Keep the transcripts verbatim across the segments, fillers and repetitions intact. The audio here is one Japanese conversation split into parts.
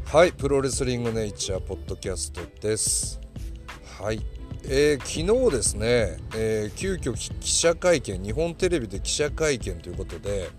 はい、プロレスリングネイチャーポッドキャストです。はい、えー、昨日ですね、えー、急遽記者会見、日本テレビで記者会見ということで、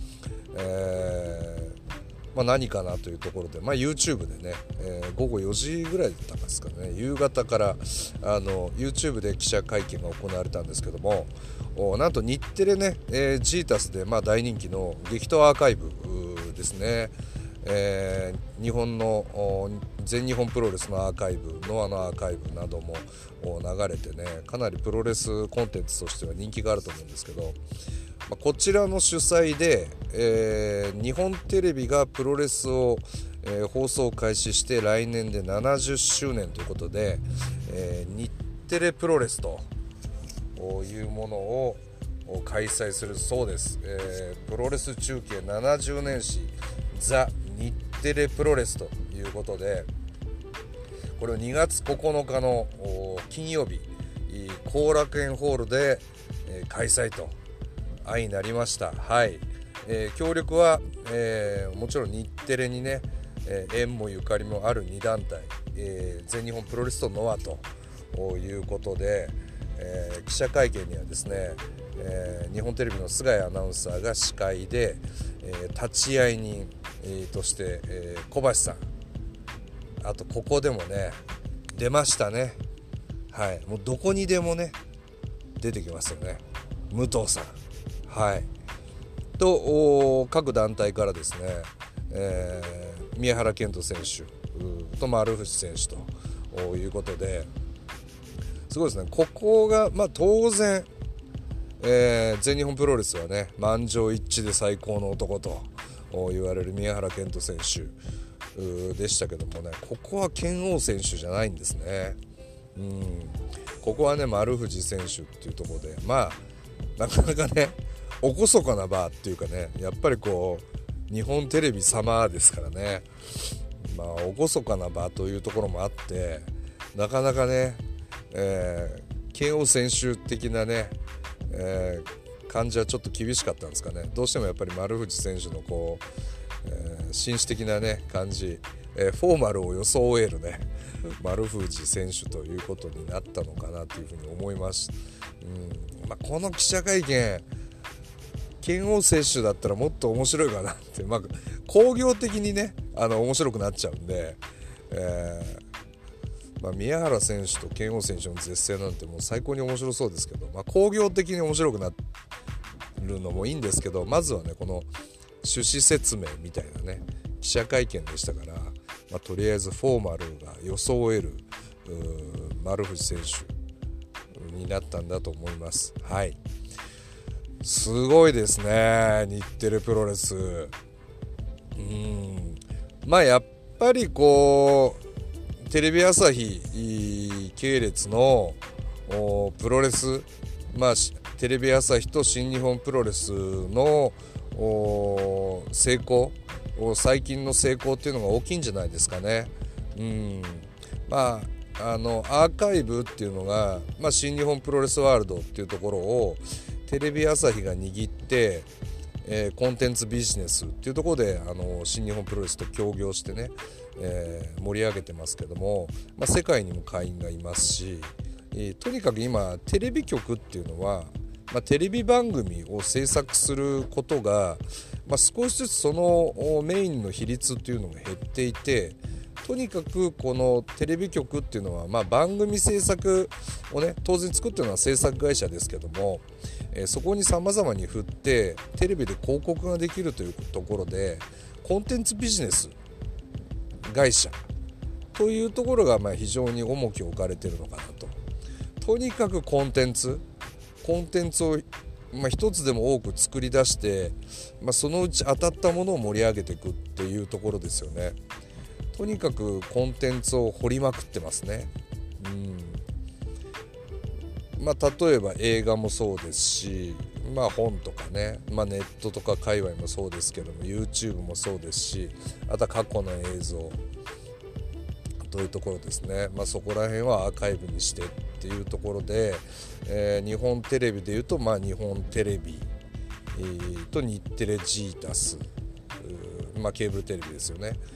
えーまあ、何かなというところで、まあ、YouTube でね、えー、午後よじぐらいだったんですかね、夕方からあの YouTube で記者会見が行われたんですけども、なんと日テレね、えー、ジータスで、まあ、大人気の激闘アーカイブですね、えー、日本の全日本プロレスのアーカイブ、ノアのアーカイブなども流れてね、かなりプロレスコンテンツとしては人気があると思うんですけど、まあ、こちらの主催で、えー、日本テレビがプロレスを、えー、放送開始して来年でななじゅっしゅうねんということで、えー、日テレプロレスというものを開催するそうです。えー、プロレス中継ななじゅうねん史ザ・日テレプロレスということで、これをにがつここのかの金曜日、後楽園ホールで開催と相なりました。はい、えー、協力は、えー、もちろん日テレにね、えー、縁もゆかりもあるに団体、えー、全日本プロレスとノアということで、えー、記者会見にはですね、えー、日本テレビの菅谷アナウンサーが司会で、えー、立ち会い人、えー、として、えー、小橋さん、あとここでもね出ましたね。はい、もうどこにでもね出てきますよね、武藤さん。はい、と各団体からですね、えー、宮原健人選手と丸藤選手ということですごいですね。ここが、まあ、当然、えー、全日本プロレスはね満場一致で最高の男と言われる宮原健人選手でしたけどもね、ここは拳王選手じゃないんですね。うん、ここはね丸藤選手っていうところで、まあなかなかねおこそかな場っていうかね、やっぱりこう日本テレビ様ですからね、まあおこそかな場というところもあって、なかなかね、えー、拳王選手的なね、えー、感じはちょっと厳しかったんですかね。どうしてもやっぱり丸藤選手のこう、えー、紳士的なね感じ、えー、フォーマルを装えるね丸藤選手ということになったのかなというふうに思います。うん、まあ、この記者会見拳王選手だったらもっと面白いかなって、まあ、工業的にねあの面白くなっちゃうんで、えーまあ、宮原選手と拳王選手の絶戦なんてもう最高に面白そうですけど、まあ、工業的に面白くなるのもいいんですけど、まずはねこの趣旨説明みたいなね記者会見でしたから、まあ、とりあえずフォーマルが装える丸藤選手になったんだと思います。はい、すごいですね日テレプロレス。うーん、まあやっぱりこうテレビ朝日系列のプロレス、まあテレビ朝日と新日本プロレスの成功、最近の成功っていうのが大きいんじゃないですかね。うん、まああのアーカイブっていうのが、まあ、新日本プロレスワールドっていうところをテレビ朝日が握って、えー、コンテンツビジネスっていうところであの新日本プロレスと協業してね、えー、盛り上げてますけども、まあ、世界にも会員がいますし、えー、とにかく今テレビ局っていうのは、まあ、テレビ番組を制作することが、まあ、少しずつそのメインの比率っていうのが減っていて、とにかくこのテレビ局っていうのは、まあ、番組制作をね当然作ってるのは制作会社ですけども、えー、そこに様々に振ってテレビで広告ができるというところでコンテンツビジネス会社というところがまあ非常に重きを置かれているのかなと。とにかくコンテンツコンテンツをまあ、一つでも多く作り出して、まあ、そのうち当たったものを盛り上げていくっていうところですよね。とにかくコンテンツを掘りまくってますね。うん、まあ、例えば映画もそうですし、まあ、本とかね、まあ、ネットとか界隈もそうですけども YouTube もそうですし、あとは過去の映像というところですね。まあ、そこら辺はアーカイブにしてっていうところで、えー、日本テレビでいうと、まあ、日本テレビ、えー、と日テレジータス、まあ、ケーブルテレビですよね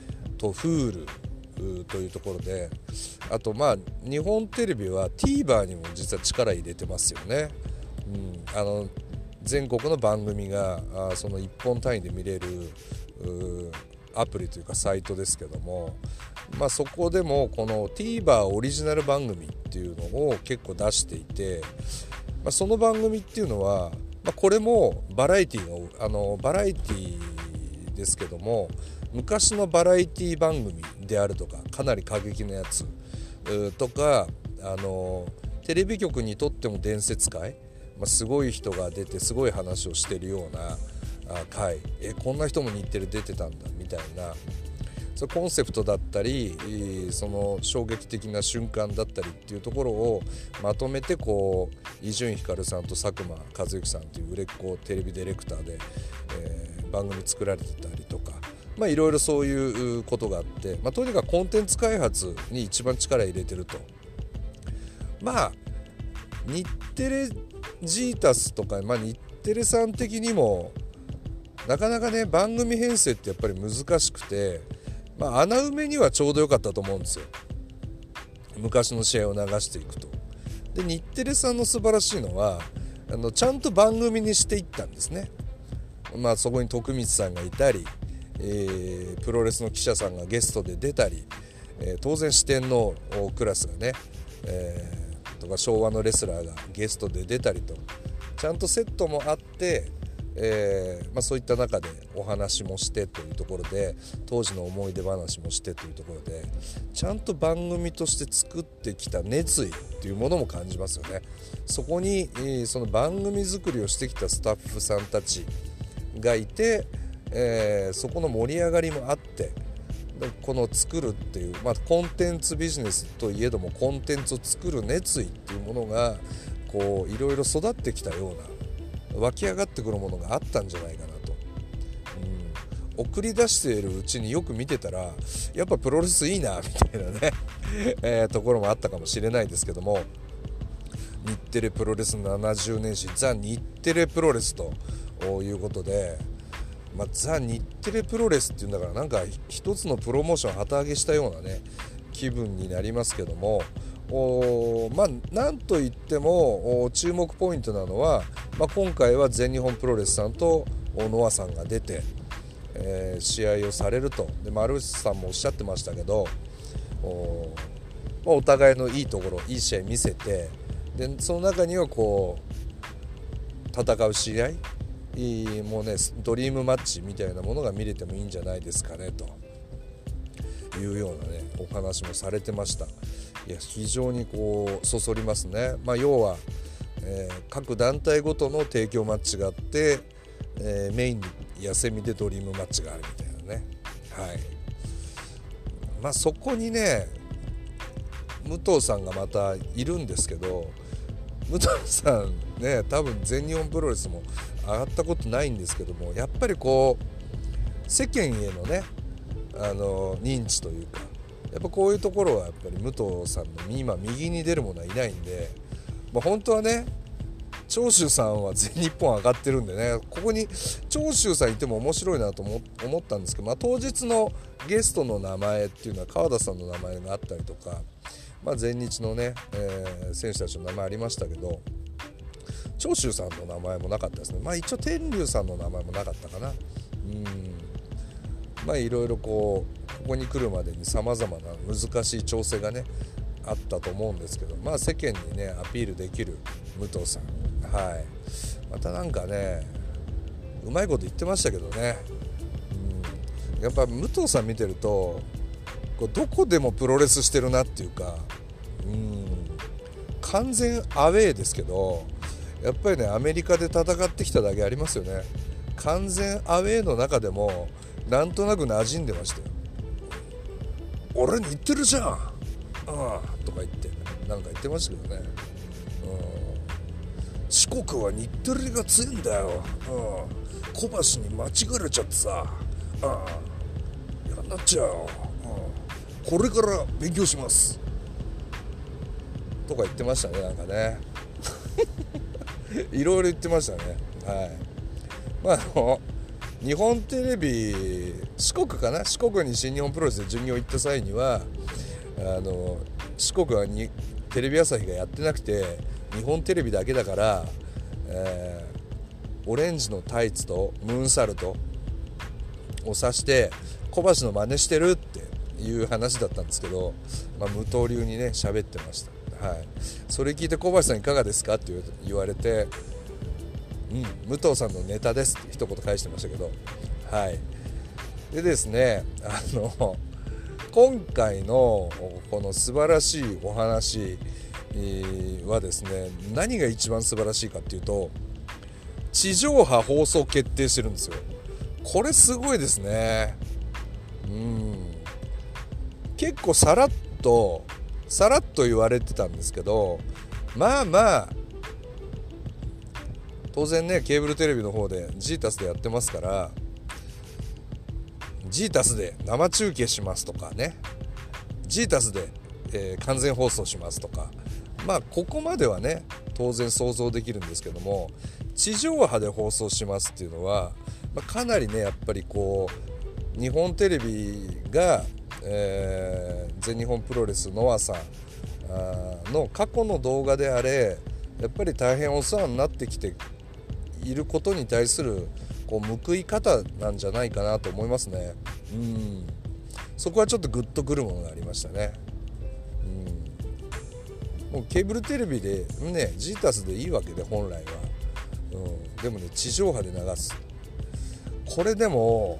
と Hulu というところで、あとまあ日本テレビは TVer にも実は力入れてますよね。うん、あの全国の番組があそのいっぽん単位で見れるアプリというかサイトですけども、まあ、そこでもこの TVer オリジナル番組っていうのを結構出していて、まあ、その番組っていうのは、まあ、これもバラエティのあのバラエティですけども、昔のバラエティ番組であるとか、かなり過激なやつとか、あのテレビ局にとっても伝説回、まあ、すごい人が出てすごい話をしてるような回、えこんな人も日テレ出てたんだみたいな、そのコンセプトだったり、その衝撃的な瞬間だったりっていうところをまとめて、こう伊集院光さんと佐久間一行さんという売れっ子テレビディレクターで、えー、番組作られてたりとか、まあいろいろそういうことがあって、まあ、とにかくコンテンツ開発に一番力入れてると。まあ日テレジータスとか、まあ、日テレさん的にもなかなかね番組編成ってやっぱり難しくて、まあ、穴埋めにはちょうど良かったと思うんですよ、昔の試合を流していくと。で日テレさんの素晴らしいのはあのちゃんと番組にしていったんですね。まあそこに徳光さんがいたり、えー、プロレスの記者さんがゲストで出たり、えー、当然四天王クラスがね、えーとか昭和のレスラーがゲストで出たりと、ちゃんとセットもあって、えーまあ、そういった中でお話もしてというところで、当時の思い出話もしてというところで、ちゃんと番組として作ってきた熱意っていうものも感じますよね。そこに、えー、その番組作りをしてきたスタッフさんたちがいて、えー、そこの盛り上がりもあって、この作るっていう、まあ、コンテンツビジネスといえどもコンテンツを作る熱意っていうものがこういろいろ育ってきたような、湧き上がってくるものがあったんじゃないかなと、うん、送り出しているうちによく見てたらやっぱプロレスいいなみたいなねえー、ところもあったかもしれないですけども、日テレプロレスななじゅうねん史ザ・日テレプロレスということで、まあ、ザ・日テレプロレスっていうんだから、なんか一つのプロモーション旗揚げしたようなね気分になりますけども、おまあなんといっても注目ポイントなのは、まあ、今回は全日本プロレスさんとノアさんが出て、えー、試合をされると。で丸内さんもおっしゃってましたけど、お,、まあ、お互いのいいところいい試合見せて、でその中にはこう戦う試合もうねドリームマッチみたいなものが見れてもいいんじゃないですかねというようなねお話もされてました。いや非常にこうそそりますね。まあ、要は、えー、各団体ごとの提供マッチがあって、えー、メインに痩せ身でドリームマッチがあるみたいなね。はい。まあそこにね武藤さんがまたいるんですけど、武藤さんね多分全日本プロレスも上がったことないんですけども、やっぱりこう世間へのねあの認知というか、やっぱこういうところはやっぱり武藤さんの今右に出る者はいないんで、まあ、本当はね長州さんは全日本上がってるんでね、ここに長州さんいても面白いなと思ったんですけど、まあ、当日のゲストの名前っていうのは川田さんの名前があったりとか、まあ、全日のね、えー、選手たちの名前ありましたけど、長州さんの名前もなかったですね。まあ一応天竜さんの名前もなかったかな。うんまあいろいろこうここに来るまでにさまざまな難しい調整がねあったと思うんですけど、まあ世間にねアピールできる武藤さん、はい、またなんかねうまいこと言ってましたけどね、うん、やっぱ武藤さん見てるとこうどこでもプロレスしてるなっていうか、うん、完全アウェーですけど、やっぱりねアメリカで戦ってきただけありますよね。完全アウェーの中でもなんとなく馴染んでましたよ。俺に言ってるじゃん、ああとか言ってなんか言ってましたけどね、うん、四国は日テレが強いんだよ、うん、小橋に間違われちゃってさ、ああ嫌になっちゃう、うん、これから勉強しますとか言ってましたね。なんかねいろいろ言ってましたね。はい。まああの日本テレビ四国かな四国に新日本プロレスで巡業行った際にはあの四国はにテレビ朝日がやってなくて日本テレビだけだから、えー、オレンジのタイツとムーンサルトを指して小橋の真似してるっていう話だったんですけど、まあ、無刀流にね喋ってました。はい、それ聞いて小橋さんいかがですかって言われて、うん、武藤さんのネタですって一言返してましたけど、はい。でですね、あの今回のこの素晴らしいお話はですね、何が一番素晴らしいかっていうと、地上波放送決定してるんですよ。これすごいですね。うん、結構さらっとさらっと言われてたんですけど、まあまあ当然ねケーブルテレビの方でジータスでやってますから、ジータスで生中継しますとかね、ジータスで、えー、完全放送しますとか、まあここまではね当然想像できるんですけども、地上波で放送しますっていうのは、まあ、かなりねやっぱりこう日本テレビが、えー、全日本プロレスノアさんの過去の動画であれ、やっぱり大変お世話になってきていることに対するこう報い方なんじゃないかなと思いますね。うん、そこはちょっとグッとくるものがありましたね。うん、もうケーブルテレビでねジータスでいいわけで本来は、うん、でもね地上波で流す、これでも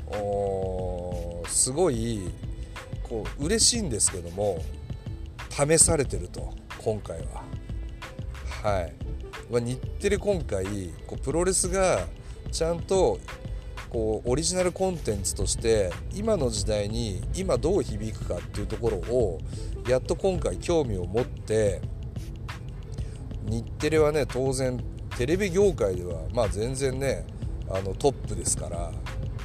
すごいこう嬉しいんですけども、試されてると今回は。はい、まあ、日テレ今回こうプロレスがちゃんとこうオリジナルコンテンツとして今の時代に今どう響くかっていうところをやっと今回興味を持って、日テレはね当然テレビ業界ではまあ全然ねあのトップですから、うん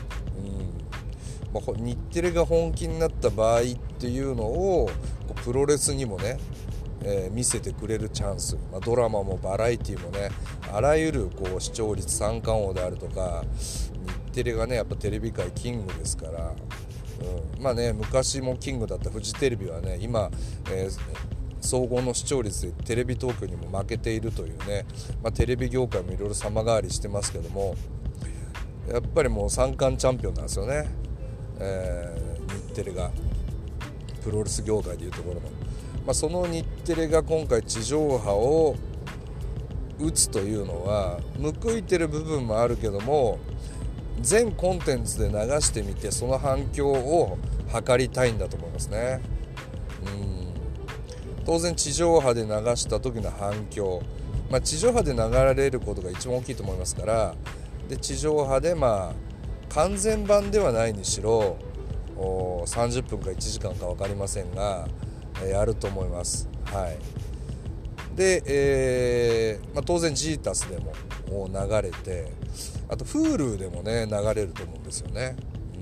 まあ、日テレが本気になった場合っていうのをプロレスにもね、えー、見せてくれるチャンス、まあ、ドラマもバラエティもねあらゆるこう視聴率三冠王であるとか、日テレがねやっぱテレビ界キングですから、うん、まあね昔もキングだったフジテレビはね今、えー、総合の視聴率でテレビ東京にも負けているというね、まあ、テレビ業界もいろいろ様変わりしてますけども、やっぱりもう三冠チャンピオンなんですよね、えー、日テレがプロレス業界でいうところの、まあ、その日テレが今回地上波を打つというのは報いてる部分もあるけども、全コンテンツで流してみてその反響を図りたいんだと思いますね。うん当然地上波で流した時の反響、まあ、地上波で流れることが一番大きいと思いますから、で地上波でまあ完全版ではないにしろさんじゅっぷんかいちじかんか分かりませんがやると思います。はい、で、えーまあ、当然 ジータス でも流れて、あと Hulu でもね流れると思うんですよね。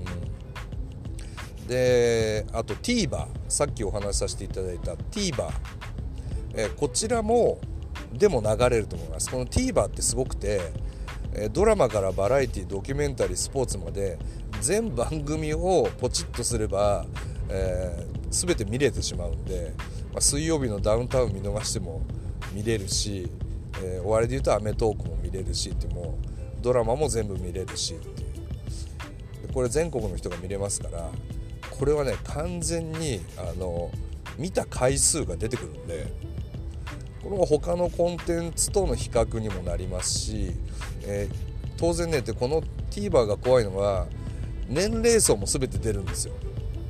うん、であと TVer、 さっきお話しさせていただいた TVer、えー、こちらもでも流れると思います。この TVer ってすごくて、ドラマからバラエティ、ドキュメンタリー、スポーツまで全番組をポチッとすれば、えー、全て見れてしまうんで、まあ、水曜日のダウンタウン見逃しても見れるし、えー、お笑いでいうとアメトークも見れるしって、もうドラマも全部見れるしっていう、でこれ全国の人が見れますから、これはね完全にあの見た回数が出てくるんで、これも他のコンテンツとの比較にもなりますし、えー、当然ねでこの TVer が怖いのは年齢層も全て出るんですよ。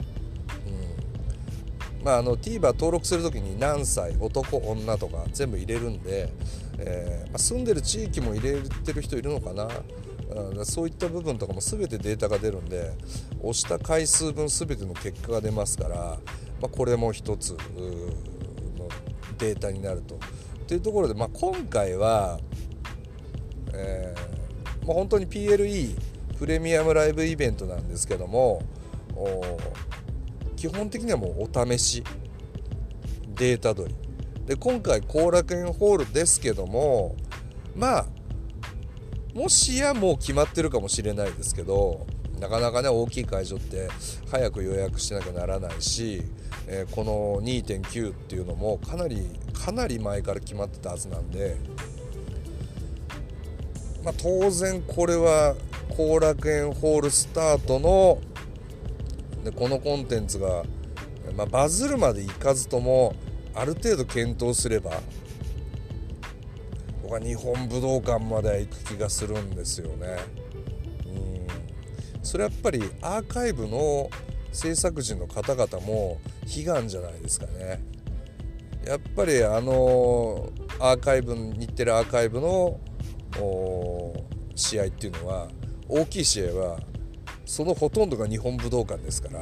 うんまあ、あの TVer 登録するときに何歳、男女とか全部入れるんで、えーまあ、住んでる地域も入れてる人いるのかな、うん、そういった部分とかも全てデータが出るんで、押した回数分全ての結果が出ますから、まあ、これも一つのデータになると。というところで、まあ、今回は、えーまあ、本当に ピーエルイー プレミアムライブイベントなんですけども、基本的にはもうお試しデータ取りで、今回後楽園ホールですけども、まあもしやもう決まってるかもしれないですけど、なかなかね大きい会場って早く予約しなきゃならないし、えー、この にてんきゅう っていうのもかなりかなり前から決まってたはずなんで、まあ、当然これは後楽園ホールスタートのでこのコンテンツが、まあ、バズるまでいかずともある程度検討すれば僕は日本武道館まで行く気がするんですよね。うん、それやっぱりアーカイブの制作陣の方々も悲願じゃないですかね。やっぱりあのアーカイブ日テレアーカイブの試合っていうのは大きい試合はそのほとんどが日本武道館ですから、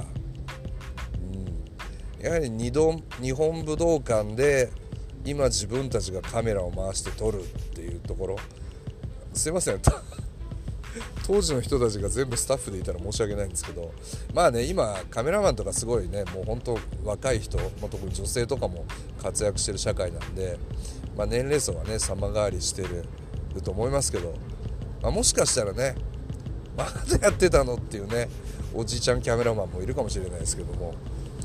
うん、やはり二度日本武道館で今自分たちがカメラを回して撮るっていうところ、すいません当時の人たちが全部スタッフでいたら申し訳ないんですけど、まあね今カメラマンとかすごいねもう本当若い人、まあ、特に女性とかも活躍してる社会なんで、まあ、年齢層はね様変わりしてると思いますけど、まあ、もしかしたらねまだやってたのっていうねおじいちゃんキャメラマンもいるかもしれないですけども、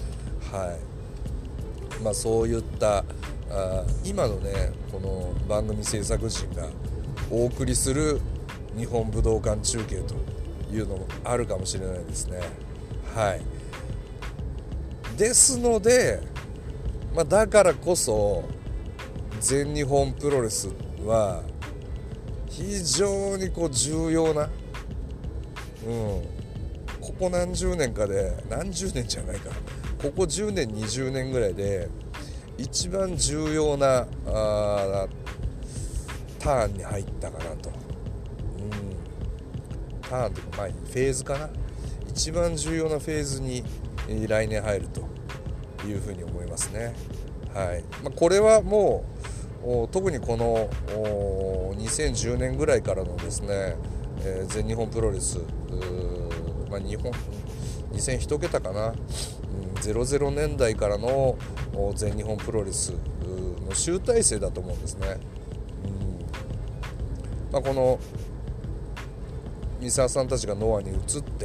はいまあそういったあ今のねこの番組制作陣がお送りする日本武道館中継というのもあるかもしれないですね。はいですので、まあ、だからこそ全日本プロレスは非常にこう重要な、うん、ここ何十年かで何十年じゃないかここじゅうねんにじゅうねんぐらいで一番重要なあターンに入ったかなと、うん、ターンというか、まあ、フェーズかな一番重要なフェーズに来年入るというふうに思いますね。はいまあ、これはもう特にこのにせんじゅうねんぐらいからのですね、えー、全日本プロレス、まあ、日本にせんいち桁かな、うん、ゼロゼロねんだいからの全日本プロレスの集大成だと思うんですね。うんまあ、この三沢さんたちがノアに移って、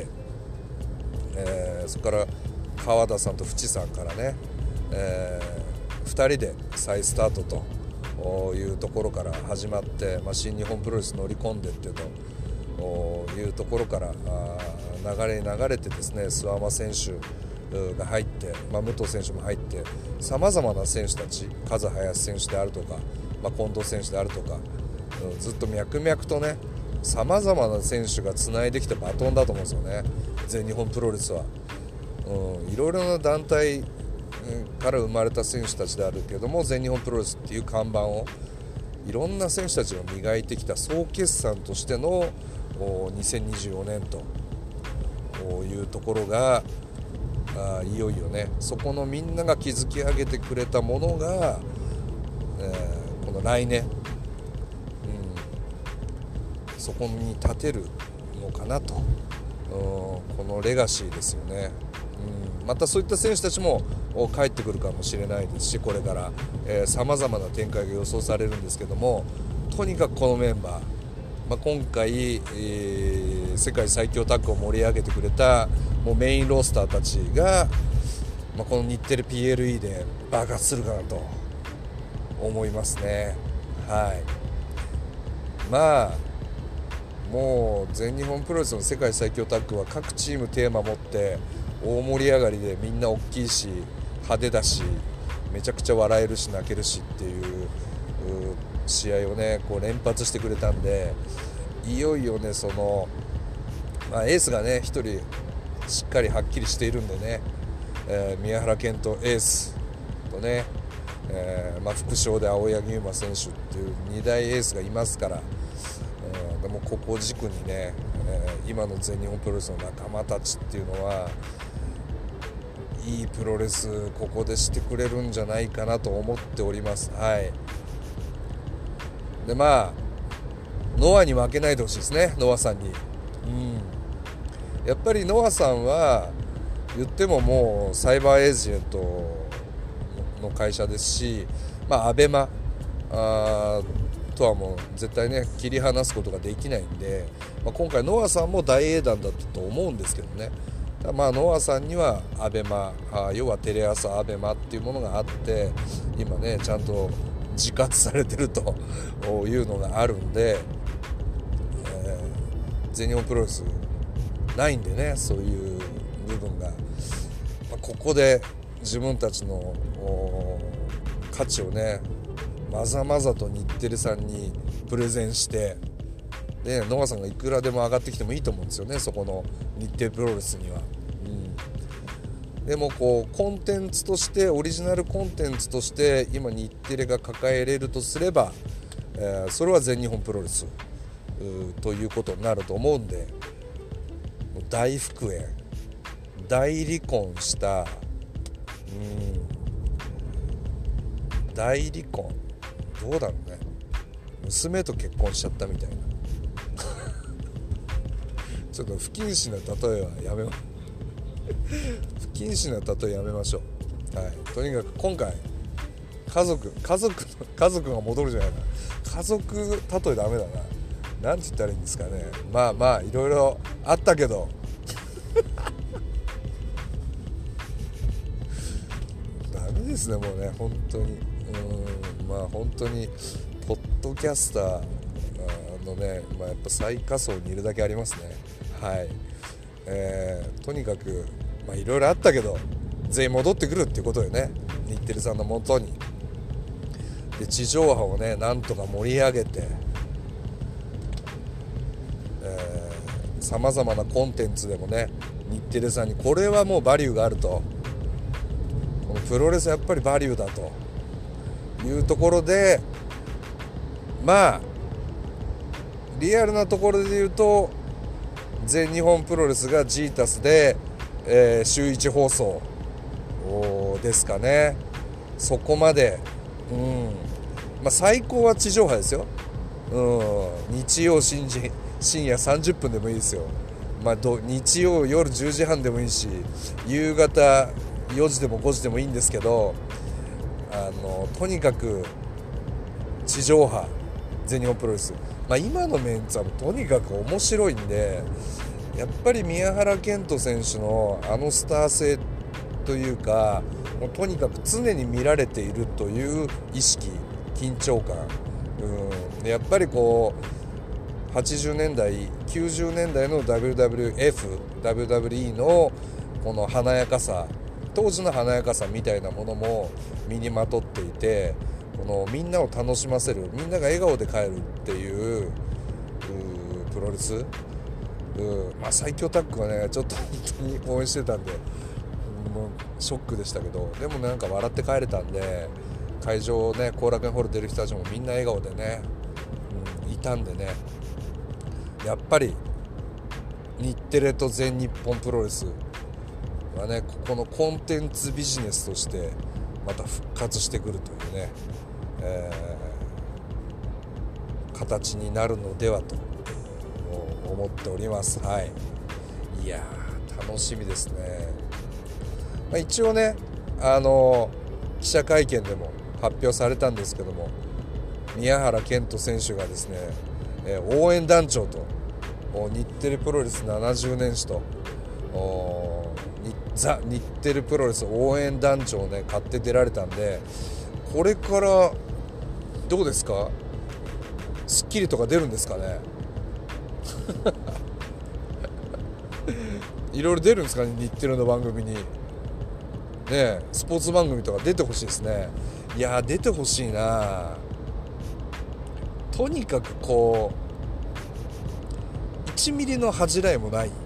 えー、そこから川田さんと淵さんからね、えー、ふたりで再スタートというところから始まって、まあ、新日本プロレス乗り込んでってというところから流れに流れてですね諏訪間選手が入って、まあ、武藤選手も入ってさまざまな選手たち風林選手であるとか、まあ、近藤選手であるとかずっと脈々とねさまざまな選手がつないできたバトンだと思うんですよね全日本プロレスは。うん、いろいろな団体から生まれた選手たちであるけれども全日本プロレスっていう看板をいろんな選手たちが磨いてきた総決算としてのにせんにじゅうよねんというところがあいよいよねそこのみんなが築き上げてくれたものが、えー、この来年、うん、そこに立てるのかなと、うん、このレガシーですよね。うん、またそういった選手たちも帰ってくるかもしれないですしこれからさまざまな展開が予想されるんですけどもとにかくこのメンバー、まあ、今回、えー、世界最強タッグを盛り上げてくれたもうメインロースターたちが、まあ、この日テレ ピーエルイー で爆発するかなと思いますね。はいまあもう全日本プロレスの世界最強タッグは各チームテーマ持って大盛り上がりでみんな大きいし派手だしめちゃくちゃ笑えるし泣けるしっていう試合をねこう連発してくれたんでいよいよねその、まあ、エースがね一人しっかりはっきりしているんでね、えー、宮原健人エースとね、えーまあ、副将で青柳優馬選手っていうに大エースがいますから、えー、でもここを軸にね、えー、今の全日本プロレスの仲間たちっていうのはいいプロレスここでしてくれるんじゃないかなと思っております。はいでまあノアに負けないでほしいですねノアさんに、うん、やっぱりノアさんは言ってももうサイバーエージェントの会社ですし、まあ、アベマあとはもう絶対ね切り離すことができないんで、まあ、今回ノアさんも大英断だったと思うんですけどね。まあノアさんにはアベマ、あ要はテレ朝アベマっていうものがあって、今ねちゃんと自活されてるというのがあるんで、えー、全日本プロレスないんでね、そういう部分が、まあ、ここで自分たちの価値をねまざまざと日テレさんにプレゼンして、でノアさんがいくらでも上がってきてもいいと思うんですよね、そこの日テレプロレスには。うん、でもこうコンテンツとしてオリジナルコンテンツとして今日テレが抱えれるとすれば、えー、それは全日本プロレスということになると思うんで、大復縁、大離婚した、うん、大離婚どうだろうね、娘と結婚しちゃったみたいなちょっと不謹慎な例えはやめま不謹慎な例えやめましょう。はい、とにかく今回家族家族家族が戻るじゃないか、家族例えダメだな、なんて言ったらいいんですかね。まあまあいろいろあったけどダメですねもうね本当に。うん、まあ本当にポッドキャスターのね、まあ、やっぱ最下層にいるだけありますね。はい、えー、とにかくまあいろいろあったけど全員戻ってくるっていうことよね、日テレさんの元に。で地上波をねなんとか盛り上げて、さまざまなコンテンツでもね日テレさんにこれはもうバリューがあると、このプロレスやっぱりバリューだというところで、まあリアルなところで言うと全日本プロレスがジータスで、えー、週いち放送ですかね。そこまで、うんまあ、最高は地上波ですよ。うん、日曜深夜、深夜さんじゅっぷんでもいいですよ。まあ、ど日曜夜じゅうじはんでもいいし、夕方よじでもごじでもいいんですけど、あのとにかく地上波全日本プロレス、まあ、今のメンツはとにかく面白いんで、やっぱり宮原健人選手のあのスター性というか、もうとにかく常に見られているという意識、緊張感、うんでやっぱりこうはちじゅうねんだいきゅうじゅうねんだいの ダブリューダブリューエフ ダブリューダブリューイー のこの華やかさ、当時の華やかさみたいなものも身にまとっていて、このみんなを楽しませる、みんなが笑顔で帰るっていうプロレス、まあ、最強タッグはねちょっと本当に応援してたんでもうショックでしたけど、でもなんか笑って帰れたんで、会場ね後楽園ホール出る人たちもみんな笑顔でね、うん、いたんでね、やっぱり日テレと全日本プロレスはねここのコンテンツビジネスとしてまた復活してくるというね、えー、形になるのではと思っております。はい、いやー楽しみですね。まあ、一応ねあの記者会見でも発表されたんですけども、宮原健人選手がですね、えー、応援団長と日テレプロレスななじゅうねん史とザ・日テレプロレス応援団長をね買って出られたんで、これからどうですか、スッキリとか出るんですかねいろいろ出るんですかね、日テレの番組にね、スポーツ番組とか出てほしいですね。いや出てほしいな。とにかくこういちミリの恥じらいもない、うん、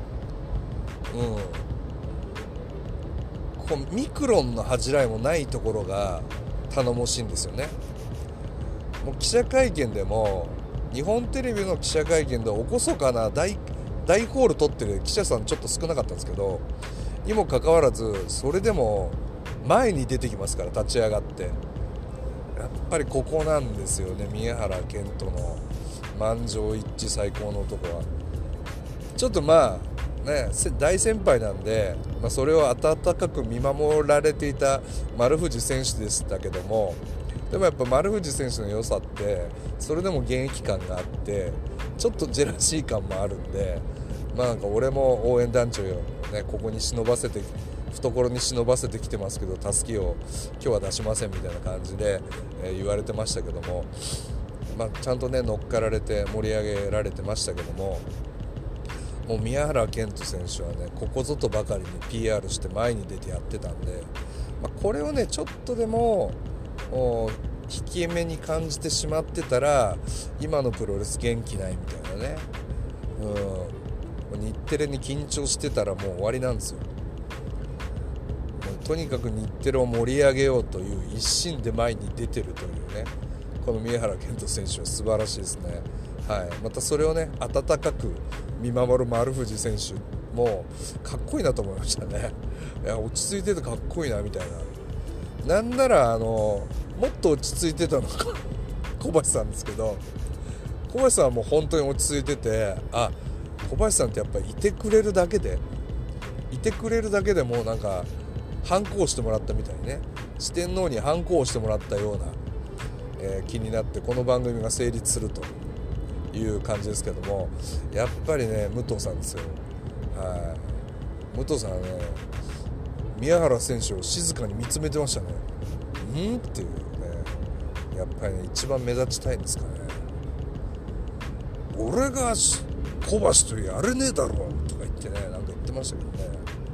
こうミクロンの恥じらいもないところが頼もしいんですよね。もう記者会見でも日本テレビの記者会見でおこそかな大大ホール取ってる記者さんちょっと少なかったんですけど、にもかかわらずそれでも前に出てきますから、立ち上がって。やっぱりここなんですよね、宮原健人の満場一致最高の男は。ちょっとまあね大先輩なんで、まあ、それを温かく見守られていた丸藤選手でしたけども、 でもやっぱ丸藤選手の良さってそれでも現役感があってちょっとジェラシー感もあるんで、まあなんか俺も応援団長をねここに忍ばせて懐に忍ばせてきてますけどたすきを今日は出しませんみたいな感じで、えー、言われてましたけども、まあ、ちゃんとね乗っかられて盛り上げられてましたけども、もう宮原健人選手はねここぞとばかりに ピーアール して前に出てやってたんで、まあ、これをねちょっとでも引き目に感じてしまってたら今のプロレス元気ないみたいなね、うん、日テレに緊張してたらもう終わりなんですよ。とにかく日テレを盛り上げようという一心で前に出てるというね、この宮原健人選手は素晴らしいですね。はい、またそれをね温かく見守る丸藤選手もかっこいいなと思いましたね。いや落ち着いててかっこいいなみたいな。なんならあのもっと落ち着いてたのが小橋さんですけど、小橋さんはもう本当に落ち着いてて、あ小橋さんってやっぱりいてくれるだけでいてくれるだけでもうなんか反抗してもらったみたいにね、四天王に反抗してもらったような、えー、気になってこの番組が成立するという感じですけども、やっぱりね武藤さんですよ。はい、武藤さんはね宮原選手を静かに見つめてましたね。んっていうね、やっぱりね一番目立ちたいんですかね。俺が小橋とやれねえだろとか言ってねなんか言ってましたけどね、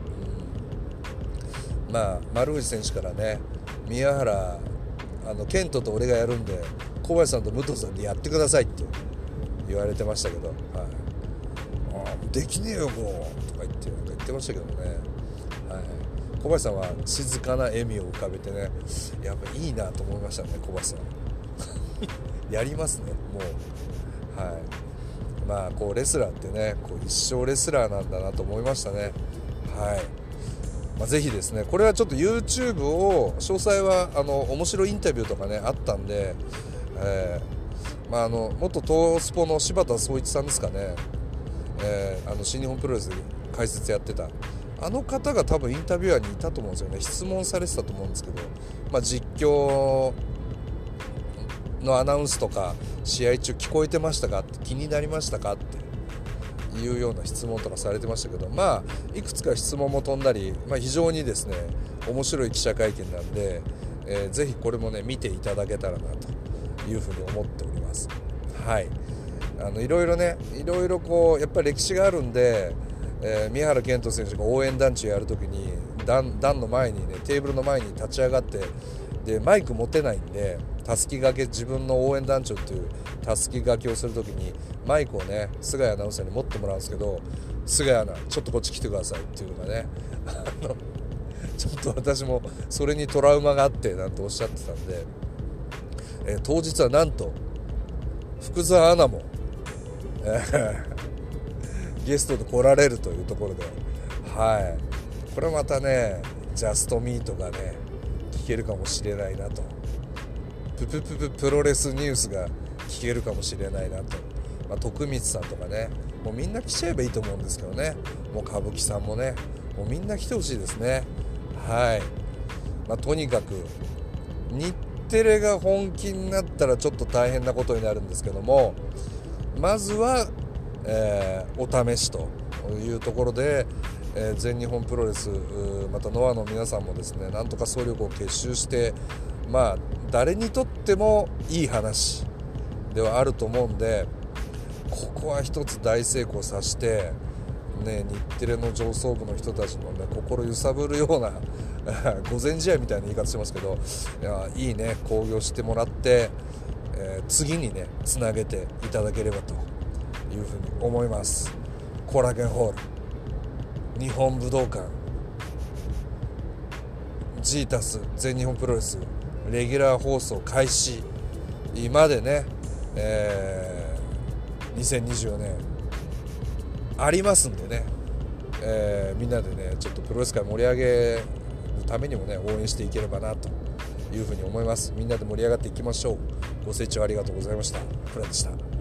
うん、まあ丸藤選手からね宮原あのケントと俺がやるんで小橋さんと武藤さんでやってくださいって言われてましたけど、はい、あできねえよもうとか言ってなんか言ってましたけどね、はい、小橋さんは静かな笑みを浮かべてねやっぱいいなと思いましたね。小橋さんやりますねもう。はい、まあこうレスラーってねこう一生レスラーなんだなと思いましたね。はい、まあ、ぜひですねこれはちょっと YouTube を詳細はあの面白いインタビューとかねあったんで、えーまあ、あの元東スポの柴田壮一さんですかね、えー、あの新日本プロレスで解説やってたあの方が多分インタビュアーにいたと思うんですよね。質問されてたと思うんですけど、まあ、実況のアナウンスとか試合中聞こえてましたかって気になりましたかっていうような質問とかされてましたけど、まあいくつか質問も飛んだり、まあ、非常にですね面白い記者会見なんで、えー、ぜひこれもね見ていただけたらなというふうに思っております。はい、あのいろいろねいろいろこうやっぱり歴史があるんで、えー、宮原健人選手が応援団地をやるときに団の前にねテーブルの前に立ち上がってでマイク持てないんでたすき掛け自分の応援団長っていうたすき掛けをするときにマイクをね菅谷アナウンサーに持ってもらうんですけど、菅谷アナちょっとこっち来てくださいっていうのがねあのちょっと私もそれにトラウマがあってなんておっしゃってたんで、えー、当日はなんと福沢アナも、えー、ゲストで来られるというところで、はい、これまたねジャストミートがね聞けるかもしれないなと、プププププロレスニュースが聞けるかもしれないなと、まあ、徳光さんとかねもうみんな来ちゃえばいいと思うんですけどね、もう歌舞伎さんもねもうみんな来てほしいですね。はい、まあ、とにかく日テレが本気になったらちょっと大変なことになるんですけども、まずは、えー、お試しというところで、えー、全日本プロレスまたノアの皆さんもですねなんとか総力を結集してまあ誰にとってもいい話ではあると思うんで、ここは一つ大成功させて、ね、日テレの上層部の人たちの、ね、心揺さぶるような御前試合みたいな言い方してますけど、いやいいね興行してもらって、えー、次にねつなげていただければというふうに思います。コラゲンホール日本武道館ジータス全日本プロレスレギュラー放送開始までね、えー、にせんにじゅうよねんありますんでね、えー、みんなでねちょっとプロレス界盛り上げるためにもね応援していければなというふうに思います。みんなで盛り上がっていきましょう。ご清聴ありがとうございました。フラでした。